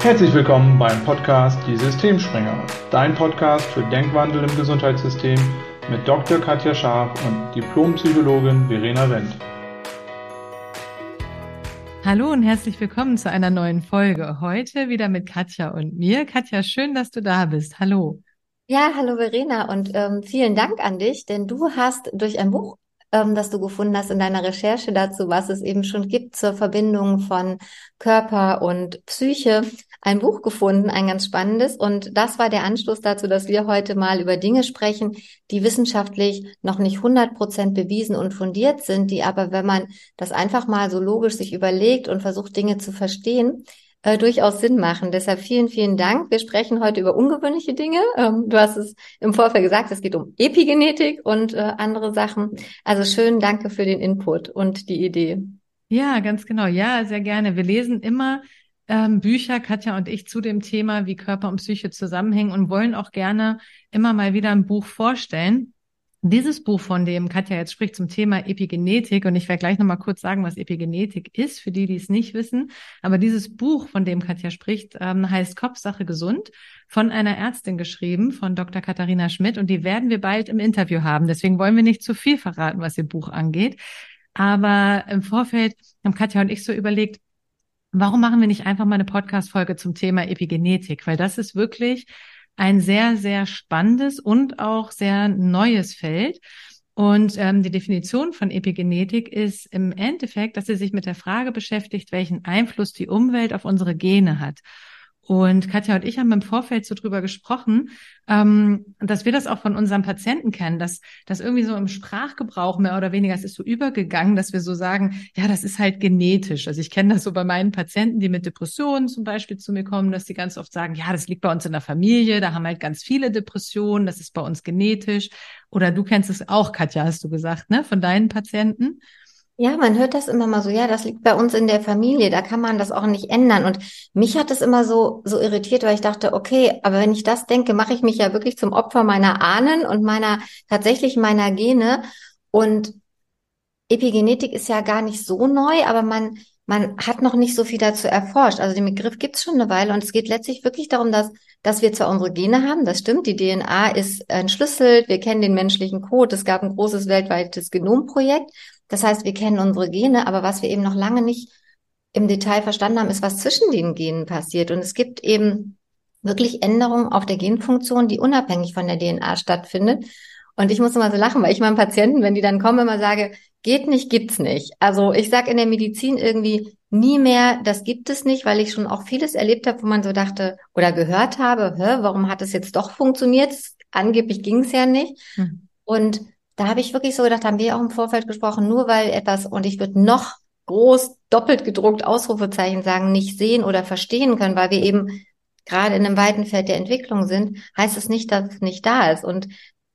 Herzlich willkommen beim Podcast Die Systemspringer, dein Podcast für Denkwandel im Gesundheitssystem mit Dr. Katja Scharf und Diplompsychologin Verena Wendt. Hallo und herzlich willkommen zu einer neuen Folge. Heute wieder mit Katja und mir. Katja, schön, dass du da bist. Hallo. Ja, hallo Verena und vielen Dank an dich, denn du hast durch ein Buch, das du gefunden hast in deiner Recherche dazu, was es eben schon gibt zur Verbindung von Körper und Psyche, ein Buch gefunden, ein ganz spannendes. Und das war der Anstoß dazu, dass wir heute mal über Dinge sprechen, die wissenschaftlich noch nicht 100% bewiesen und fundiert sind, die aber, wenn man das einfach mal so logisch sich überlegt und versucht, Dinge zu verstehen, durchaus Sinn machen. Deshalb vielen, vielen Dank. Wir sprechen heute über ungewöhnliche Dinge. Du hast es im Vorfeld gesagt, es geht um Epigenetik und andere Sachen. Also schön, danke für den Input und die Idee. Ja, ganz genau. Ja, sehr gerne. Wir lesen immer Bücher, Katja und ich, zu dem Thema, wie Körper und Psyche zusammenhängen und wollen auch gerne immer mal wieder ein Buch vorstellen. Dieses Buch, von dem Katja jetzt spricht, zum Thema Epigenetik, und ich werde gleich nochmal kurz sagen, was Epigenetik ist, für die, die es nicht wissen, aber dieses Buch, von dem Katja spricht, heißt Kopfsache gesund, von einer Ärztin geschrieben, von Dr. Katharina Schmidt, und die werden wir bald im Interview haben. Deswegen wollen wir nicht zu viel verraten, was ihr Buch angeht. Aber im Vorfeld haben Katja und ich so überlegt, warum machen wir nicht einfach mal eine Podcast-Folge zum Thema Epigenetik? Weil das ist wirklich ein sehr, sehr spannendes und auch sehr neues Feld. Und die Definition von Epigenetik ist im Endeffekt, dass sie sich mit der Frage beschäftigt, welchen Einfluss die Umwelt auf unsere Gene hat. Und Katja und ich haben im Vorfeld so drüber gesprochen, dass wir das auch von unseren Patienten kennen, dass das irgendwie so im Sprachgebrauch mehr oder weniger, es ist so übergegangen, dass wir so sagen, ja, das ist halt genetisch. Also ich kenne das so bei meinen Patienten, die mit Depressionen zum Beispiel zu mir kommen, dass die ganz oft sagen, ja, das liegt bei uns in der Familie, da haben halt ganz viele Depressionen, das ist bei uns genetisch. Oder du kennst es auch, Katja, hast du gesagt, ne, von deinen Patienten? Ja, man hört das immer mal so, ja, das liegt bei uns in der Familie, da kann man das auch nicht ändern. Und mich hat es immer so irritiert, weil ich dachte, okay, aber wenn ich das denke, mache ich mich ja wirklich zum Opfer meiner Ahnen und tatsächlich meiner Gene. Und Epigenetik ist ja gar nicht so neu, aber man hat noch nicht so viel dazu erforscht. Also den Begriff gibt's schon eine Weile und es geht letztlich wirklich darum, dass wir zwar unsere Gene haben, das stimmt, die DNA ist entschlüsselt, wir kennen den menschlichen Code, es gab ein großes weltweites Genomprojekt. Das heißt, wir kennen unsere Gene, aber was wir eben noch lange nicht im Detail verstanden haben, ist, was zwischen den Genen passiert. Und es gibt eben wirklich Änderungen auf der Genfunktion, die unabhängig von der DNA stattfindet. Und ich muss immer so lachen, weil ich meinen Patienten, wenn die dann kommen, immer sage, geht nicht, gibt's nicht. Also ich sage in der Medizin irgendwie nie mehr, das gibt es nicht, weil ich schon auch vieles erlebt habe, wo man so dachte oder gehört habe, warum hat es jetzt doch funktioniert? Angeblich ging es ja nicht. Und da habe ich wirklich so gedacht, haben wir auch im Vorfeld gesprochen, nur weil etwas, und ich würde noch groß, doppelt gedruckt Ausrufezeichen sagen, nicht sehen oder verstehen können, weil wir eben gerade in einem weiten Feld der Entwicklung sind, heißt es nicht, dass es nicht da ist. Und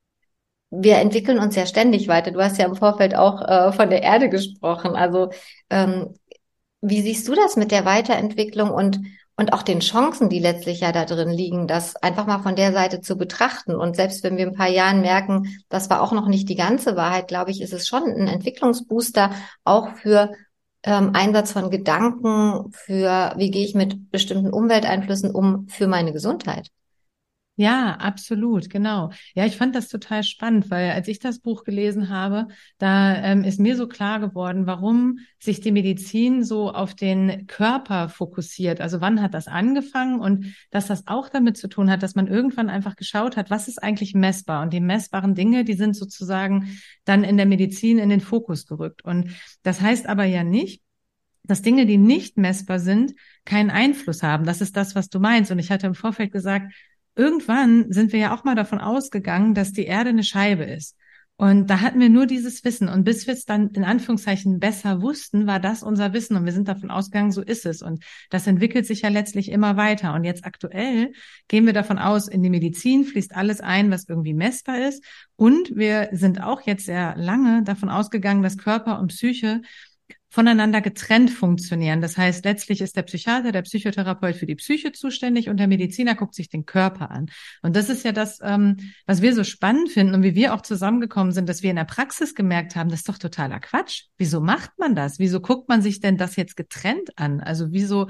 wir entwickeln uns ja ständig weiter. Du hast ja im Vorfeld auch von der Erde gesprochen. Also wie siehst du das mit der Weiterentwicklung und auch den Chancen, die letztlich ja da drin liegen, das einfach mal von der Seite zu betrachten? Und selbst wenn wir in ein paar Jahren merken, das war auch noch nicht die ganze Wahrheit, glaube ich, ist es schon ein Entwicklungsbooster auch für Einsatz von Gedanken, für wie gehe ich mit bestimmten Umwelteinflüssen um für meine Gesundheit. Ja, absolut, genau. Ja, ich fand das total spannend, weil als ich das Buch gelesen habe, da ist mir so klar geworden, warum sich die Medizin so auf den Körper fokussiert. Also wann hat das angefangen und dass das auch damit zu tun hat, dass man irgendwann einfach geschaut hat, was ist eigentlich messbar? Und die messbaren Dinge, die sind sozusagen dann in der Medizin in den Fokus gerückt. Und das heißt aber ja nicht, dass Dinge, die nicht messbar sind, keinen Einfluss haben. Das ist das, was du meinst. Und ich hatte im Vorfeld gesagt, irgendwann sind wir ja auch mal davon ausgegangen, dass die Erde eine Scheibe ist. Und da hatten wir nur dieses Wissen. Und bis wir es dann in Anführungszeichen besser wussten, war das unser Wissen. Und wir sind davon ausgegangen, so ist es. Und das entwickelt sich ja letztlich immer weiter. Und jetzt aktuell gehen wir davon aus, in die Medizin fließt alles ein, was irgendwie messbar ist. Und wir sind auch jetzt sehr lange davon ausgegangen, dass Körper und Psyche voneinander getrennt funktionieren. Das heißt, letztlich ist der Psychiater, der Psychotherapeut für die Psyche zuständig und der Mediziner guckt sich den Körper an. Und das ist ja das, was wir so spannend finden und wie wir auch zusammengekommen sind, dass wir in der Praxis gemerkt haben, das ist doch totaler Quatsch. Wieso macht man das? Wieso guckt man sich denn das jetzt getrennt an? Also wieso,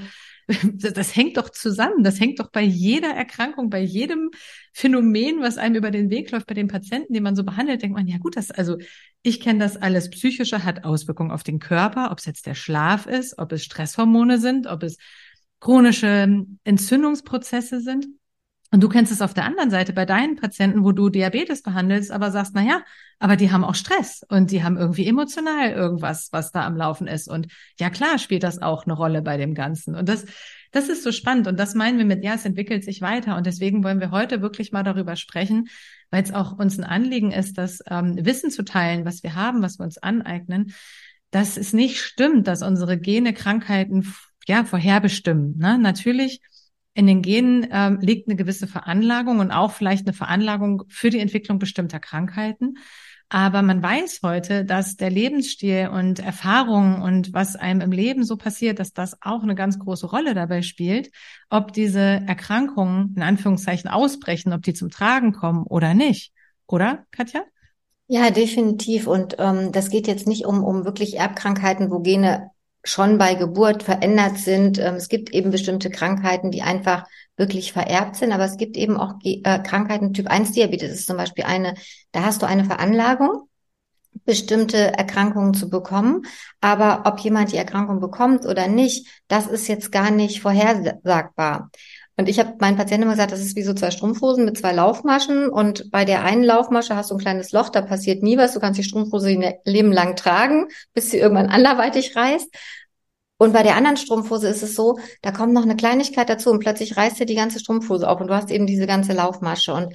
das hängt doch zusammen. Das hängt doch bei jeder Erkrankung, bei jedem Phänomen, was einem über den Weg läuft, bei den Patienten, die man so behandelt, denkt man, ja gut, ich kenne das alles. Psychische hat Auswirkungen auf den Körper, ob es jetzt der Schlaf ist, ob es Stresshormone sind, ob es chronische Entzündungsprozesse sind. Und du kennst es auf der anderen Seite bei deinen Patienten, wo du Diabetes behandelst, aber sagst, na ja, aber die haben auch Stress und die haben irgendwie emotional irgendwas, was da am Laufen ist. Und ja, klar, spielt das auch eine Rolle bei dem Ganzen. Und das ist so spannend. Und das meinen wir mit, ja, es entwickelt sich weiter. Und deswegen wollen wir heute wirklich mal darüber sprechen, weil es auch uns ein Anliegen ist, das Wissen zu teilen, was wir haben, was wir uns aneignen, dass es nicht stimmt, dass unsere Gene Krankheiten vorherbestimmen. Ne? Natürlich in den Genen liegt eine gewisse Veranlagung und auch vielleicht eine Veranlagung für die Entwicklung bestimmter Krankheiten. Aber man weiß heute, dass der Lebensstil und Erfahrungen und was einem im Leben so passiert, dass das auch eine ganz große Rolle dabei spielt, ob diese Erkrankungen in Anführungszeichen ausbrechen, ob die zum Tragen kommen oder nicht. Oder, Katja? Ja, definitiv. Und das geht jetzt nicht um wirklich Erbkrankheiten, wo Gene schon bei Geburt verändert sind. Es gibt eben bestimmte Krankheiten, die einfach wirklich vererbt sind, aber es gibt eben auch Krankheiten, Typ 1 Diabetes ist zum Beispiel da hast du eine Veranlagung, bestimmte Erkrankungen zu bekommen, aber ob jemand die Erkrankung bekommt oder nicht, das ist jetzt gar nicht vorhersagbar. Und ich habe meinen Patienten immer gesagt, das ist wie so 2 Strumpfhosen mit 2 Laufmaschen und bei der einen Laufmasche hast du ein kleines Loch, da passiert nie was, du kannst die Strumpfhose ein Leben lang tragen, bis sie irgendwann anderweitig reißt. Und bei der anderen Strumpfhose ist es so, da kommt noch eine Kleinigkeit dazu und plötzlich reißt dir die ganze Strumpfhose auf und du hast eben diese ganze Laufmasche. Und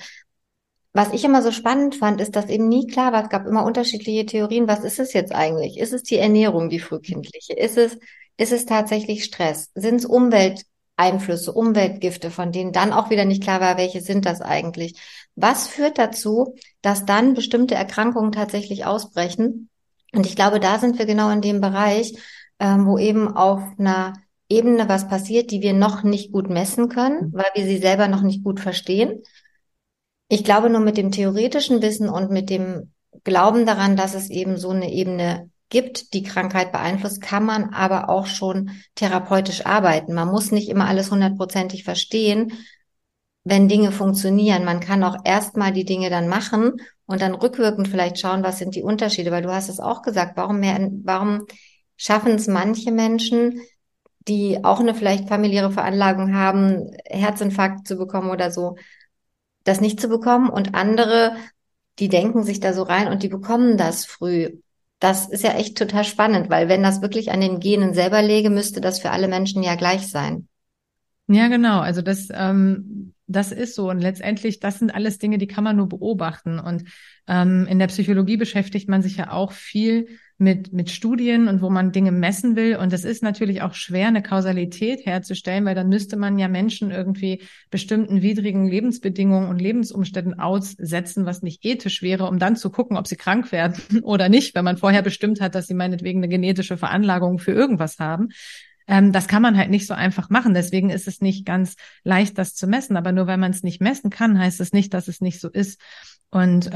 was ich immer so spannend fand, ist, dass eben nie klar war, es gab immer unterschiedliche Theorien, was ist es jetzt eigentlich? Ist es die Ernährung, die frühkindliche? Ist es tatsächlich Stress? Sind es Umwelteinflüsse, Umweltgifte, von denen dann auch wieder nicht klar war, welche sind das eigentlich? Was führt dazu, dass dann bestimmte Erkrankungen tatsächlich ausbrechen? Und ich glaube, da sind wir genau in dem Bereich, wo eben auf einer Ebene was passiert, die wir noch nicht gut messen können, weil wir sie selber noch nicht gut verstehen. Ich glaube, nur mit dem theoretischen Wissen und mit dem Glauben daran, dass es eben so eine Ebene gibt, die Krankheit beeinflusst, kann man aber auch schon therapeutisch arbeiten. Man muss nicht immer alles 100%ig verstehen, wenn Dinge funktionieren. Man kann auch erstmal die Dinge dann machen und dann rückwirkend vielleicht schauen, was sind die Unterschiede, weil du hast es auch gesagt, warum schaffen es manche Menschen, die auch eine vielleicht familiäre Veranlagung haben, Herzinfarkt zu bekommen oder so, das nicht zu bekommen und andere, die denken sich da so rein und die bekommen das früh. Das ist ja echt total spannend, weil wenn das wirklich an den Genen selber läge, müsste das für alle Menschen ja gleich sein. Ja, genau. Also das ist so. Und letztendlich, das sind alles Dinge, die kann man nur beobachten. Und in der Psychologie beschäftigt man sich ja auch viel mit Studien und wo man Dinge messen will. Und es ist natürlich auch schwer, eine Kausalität herzustellen, weil dann müsste man ja Menschen irgendwie bestimmten widrigen Lebensbedingungen und Lebensumständen aussetzen, was nicht ethisch wäre, um dann zu gucken, ob sie krank werden oder nicht, wenn man vorher bestimmt hat, dass sie meinetwegen eine genetische Veranlagung für irgendwas haben. Das kann man halt nicht so einfach machen. Deswegen ist es nicht ganz leicht, das zu messen. Aber nur weil man es nicht messen kann, heißt es nicht, dass es nicht so ist. Und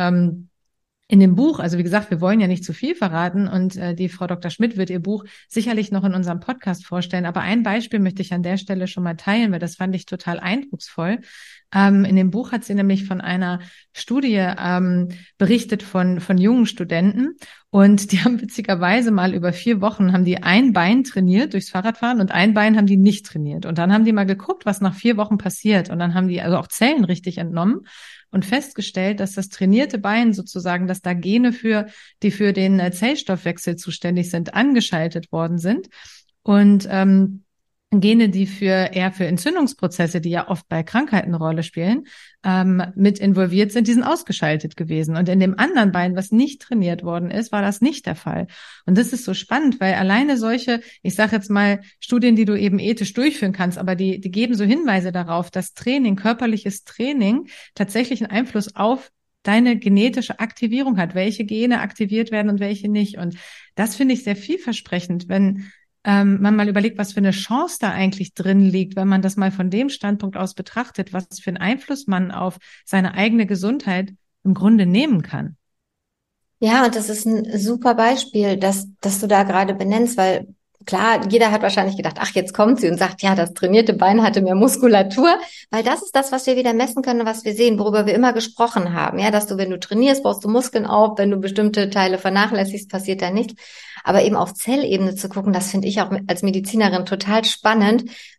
in dem Buch, also wie gesagt, wir wollen ja nicht zu viel verraten und die Frau Dr. Schmidt wird ihr Buch sicherlich noch in unserem Podcast vorstellen. Aber ein Beispiel möchte ich an der Stelle schon mal teilen, weil das fand ich total eindrucksvoll. In dem Buch hat sie nämlich von einer Studie berichtet von jungen Studenten und die haben witzigerweise mal über 4 Wochen haben die ein Bein trainiert durchs Fahrradfahren und ein Bein haben die nicht trainiert. Und dann haben die mal geguckt, was nach 4 Wochen passiert. Und dann haben die also auch Zellen richtig entnommen und festgestellt, dass das trainierte Bein sozusagen, dass da Gene die für den Zellstoffwechsel zuständig sind, angeschaltet worden sind. Und Gene, die eher für Entzündungsprozesse, die ja oft bei Krankheiten eine Rolle spielen, mit involviert sind, die sind ausgeschaltet gewesen. Und in dem anderen Bein, was nicht trainiert worden ist, war das nicht der Fall. Und das ist so spannend, weil alleine solche, ich sage jetzt mal, Studien, die du eben ethisch durchführen kannst, aber die geben so Hinweise darauf, dass Training, körperliches Training tatsächlich einen Einfluss auf deine genetische Aktivierung hat, welche Gene aktiviert werden und welche nicht. Und das finde ich sehr vielversprechend, wenn man mal überlegt, was für eine Chance da eigentlich drin liegt, wenn man das mal von dem Standpunkt aus betrachtet, was für einen Einfluss man auf seine eigene Gesundheit im Grunde nehmen kann. Ja, und das ist ein super Beispiel, dass du da gerade benennst, weil klar, jeder hat wahrscheinlich gedacht, ach, jetzt kommt sie und sagt, ja, das trainierte Bein hatte mehr Muskulatur, weil das ist das, was wir wieder messen können, was wir sehen, worüber wir immer gesprochen haben. Ja, dass du, wenn du trainierst, baust du Muskeln auf, wenn du bestimmte Teile vernachlässigst, passiert da nichts. Aber eben auf Zellebene zu gucken, das finde ich auch als Medizinerin total spannend.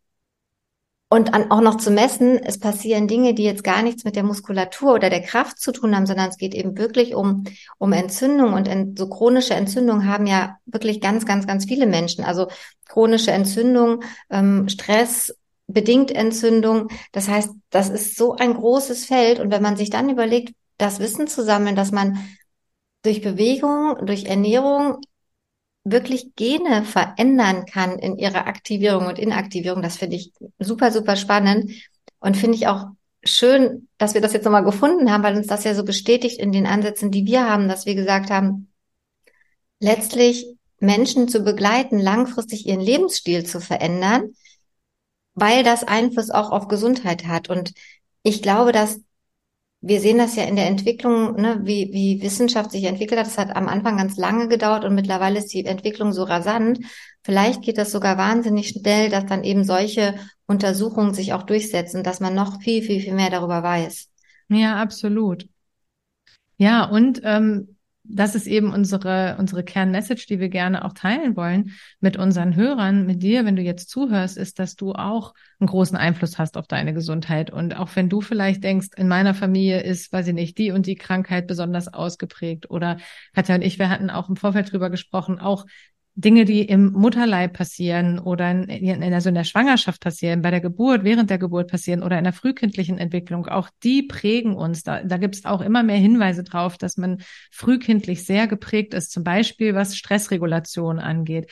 Und auch noch zu messen, es passieren Dinge, die jetzt gar nichts mit der Muskulatur oder der Kraft zu tun haben, sondern es geht eben wirklich um Entzündung. Und so chronische Entzündungen haben ja wirklich ganz, ganz, ganz viele Menschen. Also chronische Entzündung, Stress bedingt Entzündung. Das heißt, das ist so ein großes Feld. Und wenn man sich dann überlegt, das Wissen zu sammeln, dass man durch Bewegung, durch Ernährung wirklich Gene verändern kann in ihrer Aktivierung und Inaktivierung, das finde ich super, super spannend und finde ich auch schön, dass wir das jetzt nochmal gefunden haben, weil uns das ja so bestätigt in den Ansätzen, die wir haben, dass wir gesagt haben, letztlich Menschen zu begleiten, langfristig ihren Lebensstil zu verändern, weil das Einfluss auch auf Gesundheit hat. Und ich glaube, dass wir sehen das ja in der Entwicklung, ne, wie Wissenschaft sich entwickelt hat. Das hat am Anfang ganz lange gedauert und mittlerweile ist die Entwicklung so rasant. Vielleicht geht das sogar wahnsinnig schnell, dass dann eben solche Untersuchungen sich auch durchsetzen, dass man noch viel, viel, viel mehr darüber weiß. Ja, absolut. Ja, und das ist eben unsere Kernmessage, die wir gerne auch teilen wollen mit unseren Hörern, mit dir, wenn du jetzt zuhörst, ist, dass du auch einen großen Einfluss hast auf deine Gesundheit. Und auch wenn du vielleicht denkst, in meiner Familie ist, weiß ich nicht, die und die Krankheit besonders ausgeprägt oder Katja und ich, wir hatten auch im Vorfeld drüber gesprochen, auch Dinge, die im Mutterleib passieren oder also in der Schwangerschaft passieren, bei der Geburt, während der Geburt passieren oder in der frühkindlichen Entwicklung, auch die prägen uns. Da gibt es auch immer mehr Hinweise drauf, dass man frühkindlich sehr geprägt ist, zum Beispiel was Stressregulation angeht.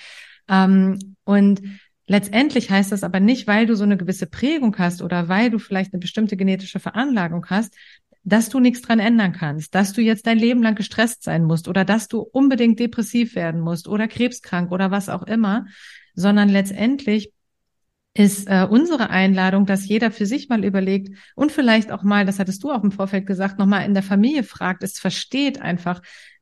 Und letztendlich heißt das aber nicht, weil du so eine gewisse Prägung hast oder weil du vielleicht eine bestimmte genetische Veranlagung hast, dass du nichts dran ändern kannst, dass du jetzt dein Leben lang gestresst sein musst oder dass du unbedingt depressiv werden musst oder krebskrank oder was auch immer, sondern letztendlich ist unsere Einladung, dass jeder für sich mal überlegt und vielleicht auch mal, das hattest du auch im Vorfeld gesagt, nochmal in der Familie fragt, es versteht einfach,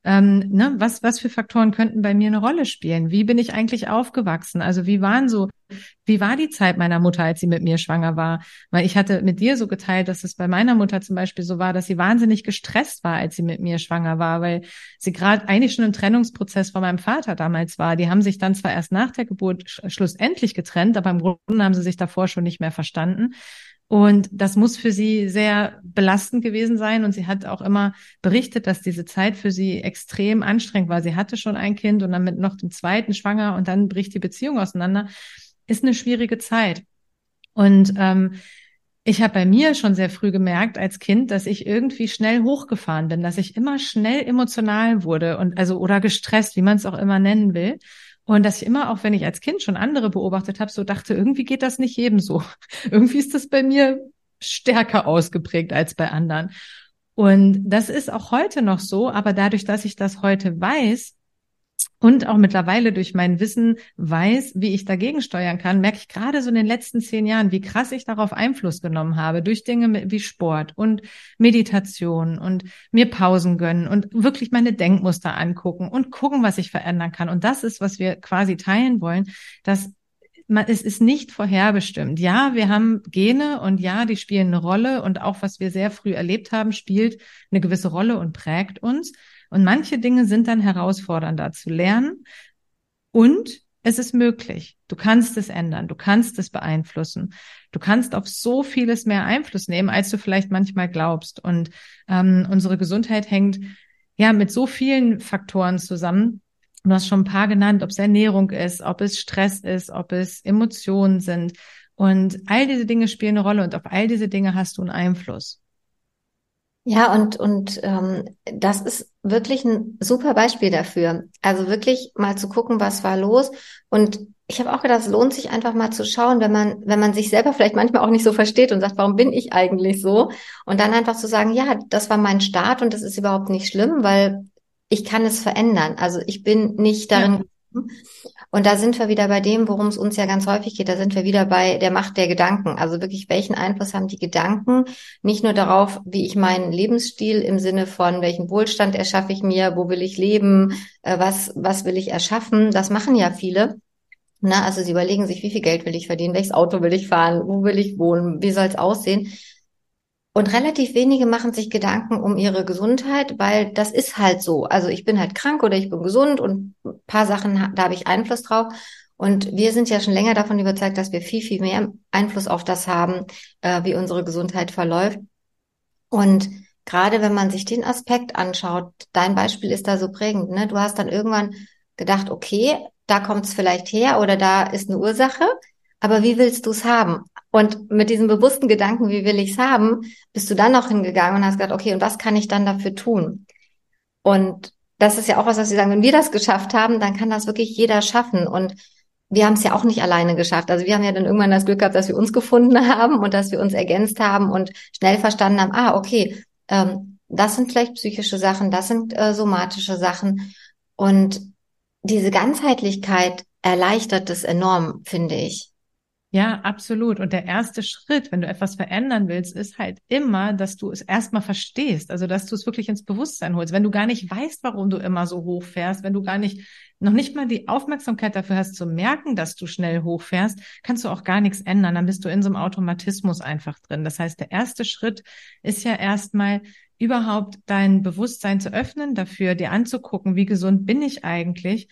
was für Faktoren könnten bei mir eine Rolle spielen? Wie bin ich eigentlich aufgewachsen? Also wie war die Zeit meiner Mutter, als sie mit mir schwanger war? Weil ich hatte mit dir so geteilt, dass es bei meiner Mutter zum Beispiel so war, dass sie wahnsinnig gestresst war, als sie mit mir schwanger war, weil sie gerade eigentlich schon im Trennungsprozess von meinem Vater damals war. Die haben sich dann zwar erst nach der Geburt schlussendlich getrennt, aber im Grunde haben sie sich davor schon nicht mehr verstanden. Und das muss für sie sehr belastend gewesen sein. Und sie hat auch immer berichtet, dass diese Zeit für sie extrem anstrengend war. Sie hatte schon ein Kind und dann mit noch dem zweiten schwanger und dann bricht die Beziehung auseinander. Ist eine schwierige Zeit. Und ich habe bei mir schon sehr früh gemerkt als Kind, dass ich irgendwie schnell hochgefahren bin, dass ich immer schnell emotional wurde und oder gestresst, wie man es auch immer nennen will. Und dass ich immer, auch wenn ich als Kind schon andere beobachtet habe, so dachte, irgendwie geht das nicht jedem so. Irgendwie ist das bei mir stärker ausgeprägt als bei anderen. Und das ist auch heute noch so, aber dadurch, dass ich das heute weiß und auch mittlerweile durch mein Wissen weiß, wie ich dagegen steuern kann, merke ich gerade so in den letzten 10 Jahren, wie krass ich darauf Einfluss genommen habe, durch Dinge wie Sport und Meditation und mir Pausen gönnen und wirklich meine Denkmuster angucken und gucken, was ich verändern kann. Und das ist, was wir quasi teilen wollen, dass es ist nicht vorherbestimmt. Ja, wir haben Gene und ja, die spielen eine Rolle und auch was wir sehr früh erlebt haben, spielt eine gewisse Rolle und prägt uns. Und manche Dinge sind dann herausfordernder zu lernen und es ist möglich. Du kannst es ändern, du kannst es beeinflussen. Du kannst auf so vieles mehr Einfluss nehmen, als du vielleicht manchmal glaubst. Und unsere Gesundheit hängt ja mit so vielen Faktoren zusammen. Du hast schon ein paar genannt, ob es Ernährung ist, ob es Stress ist, ob es Emotionen sind. Und all diese Dinge spielen eine Rolle und auf all diese Dinge hast du einen Einfluss. Ja, und das ist wirklich ein super Beispiel dafür. Also wirklich mal zu gucken, was war los. Und ich habe auch gedacht, es lohnt sich einfach mal zu schauen, wenn man sich selber vielleicht manchmal auch nicht so versteht und sagt, warum bin ich eigentlich so? Und dann einfach zu sagen, ja, das war mein Start und das ist überhaupt nicht schlimm, weil ich kann es verändern. Also ich bin nicht Ja. darin. Und da sind wir wieder bei dem, worum es uns ja ganz häufig geht. Da sind wir wieder bei der Macht der Gedanken. Also wirklich, welchen Einfluss haben die Gedanken? Nicht nur darauf, wie ich meinen Lebensstil im Sinne von, welchen Wohlstand erschaffe ich mir, wo will ich leben, was will ich erschaffen? Das machen ja viele. Na, also sie überlegen sich, wie viel Geld will ich verdienen, welches Auto will ich fahren, wo will ich wohnen, wie soll es aussehen? Und relativ wenige machen sich Gedanken um ihre Gesundheit, weil das ist halt so. Also ich bin halt krank oder ich bin gesund und ein paar Sachen, da habe ich Einfluss drauf. Und wir sind ja schon länger davon überzeugt, dass wir viel, viel mehr Einfluss auf das haben, wie unsere Gesundheit verläuft. Und gerade wenn man sich den Aspekt anschaut, dein Beispiel ist da so prägend, ne? Du hast dann irgendwann gedacht, okay, da kommt es vielleicht her oder da ist eine Ursache, aber wie willst du es haben? Und mit diesem bewussten Gedanken, wie will ich es haben, bist du dann noch hingegangen und hast gesagt, okay, und was kann ich dann dafür tun? Und das ist ja auch was Sie sagen, wenn wir das geschafft haben, dann kann das wirklich jeder schaffen. Und wir haben es ja auch nicht alleine geschafft. Also wir haben ja dann irgendwann das Glück gehabt, dass wir uns gefunden haben und dass wir uns ergänzt haben und schnell verstanden haben, okay, das sind vielleicht psychische Sachen, das sind somatische Sachen. Und diese Ganzheitlichkeit erleichtert es enorm, finde ich. Ja, absolut. Und der erste Schritt, wenn du etwas verändern willst, ist halt immer, dass du es erstmal verstehst. Also, dass du es wirklich ins Bewusstsein holst. Wenn du gar nicht weißt, warum du immer so hoch fährst, wenn du noch nicht mal die Aufmerksamkeit dafür hast, zu merken, dass du schnell hochfährst, kannst du auch gar nichts ändern. Dann bist du in so einem Automatismus einfach drin. Das heißt, der erste Schritt ist ja erstmal, überhaupt dein Bewusstsein zu öffnen, dafür dir anzugucken, wie gesund bin ich eigentlich,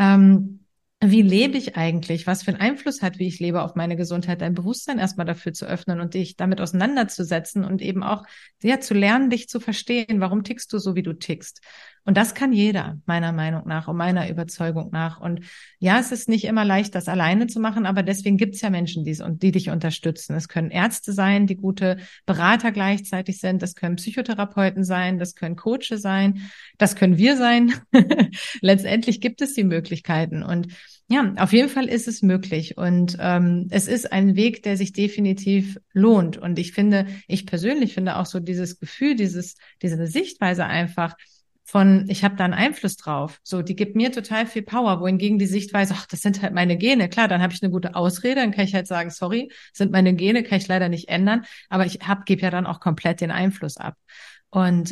wie lebe ich eigentlich? Was für einen Einfluss hat, wie ich lebe, auf meine Gesundheit? Dein Bewusstsein erstmal dafür zu öffnen und dich damit auseinanderzusetzen und eben auch ja, zu lernen, dich zu verstehen. Warum tickst du so, wie du tickst? Und das kann jeder, meiner Meinung nach und meiner Überzeugung nach. Und ja, es ist nicht immer leicht, das alleine zu machen, aber deswegen gibt es ja Menschen, die dich unterstützen. Es können Ärzte sein, die gute Berater gleichzeitig sind. Das können Psychotherapeuten sein, das können Coaches sein, das können wir sein. Letztendlich gibt es die Möglichkeiten. Und ja, auf jeden Fall ist es möglich. Und es ist ein Weg, der sich definitiv lohnt. Und ich persönlich finde auch so dieses Gefühl, diese Sichtweise einfach von, ich habe da einen Einfluss drauf. So, die gibt mir total viel Power, wohingegen die Sichtweise, ach, das sind halt meine Gene. Klar, dann habe ich eine gute Ausrede, dann kann ich halt sagen, sorry, sind meine Gene, kann ich leider nicht ändern, aber gebe ja dann auch komplett den Einfluss ab. Und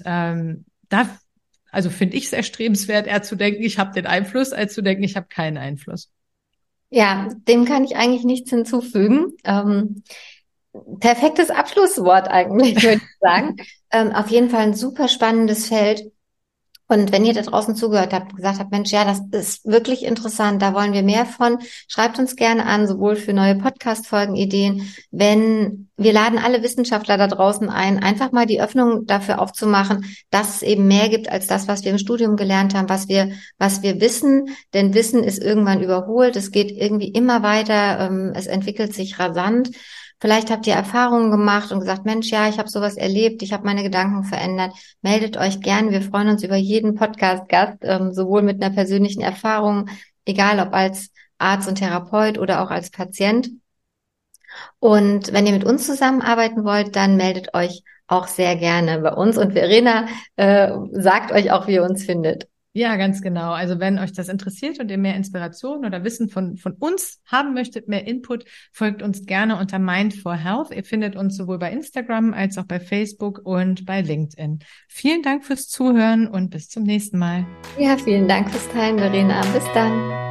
also finde ich es erstrebenswert, eher zu denken, ich habe den Einfluss, als zu denken, ich habe keinen Einfluss. Ja, dem kann ich eigentlich nichts hinzufügen. Perfektes Abschlusswort eigentlich, würde ich sagen. Auf jeden Fall ein super spannendes Feld. Und wenn ihr da draußen zugehört habt und gesagt habt, Mensch, ja, das ist wirklich interessant, da wollen wir mehr von, schreibt uns gerne an, sowohl für neue Podcast-Folgen, Ideen, wir laden alle Wissenschaftler da draußen ein, einfach mal die Öffnung dafür aufzumachen, dass es eben mehr gibt als das, was wir im Studium gelernt haben, was wir wissen, denn Wissen ist irgendwann überholt, es geht irgendwie immer weiter, es entwickelt sich rasant. Vielleicht habt ihr Erfahrungen gemacht und gesagt, Mensch, ja, ich habe sowas erlebt, ich habe meine Gedanken verändert. Meldet euch gern. Wir freuen uns über jeden Podcast-Gast, sowohl mit einer persönlichen Erfahrung, egal ob als Arzt und Therapeut oder auch als Patient. Und wenn ihr mit uns zusammenarbeiten wollt, dann meldet euch auch sehr gerne bei uns. Und Verena sagt euch auch, wie ihr uns findet. Ja, ganz genau. Also wenn euch das interessiert und ihr mehr Inspiration oder Wissen von uns haben möchtet, mehr Input, folgt uns gerne unter Mind4Health. Ihr findet uns sowohl bei Instagram als auch bei Facebook und bei LinkedIn. Vielen Dank fürs Zuhören und bis zum nächsten Mal. Ja, vielen Dank fürs Teilen, Verena. Bis dann.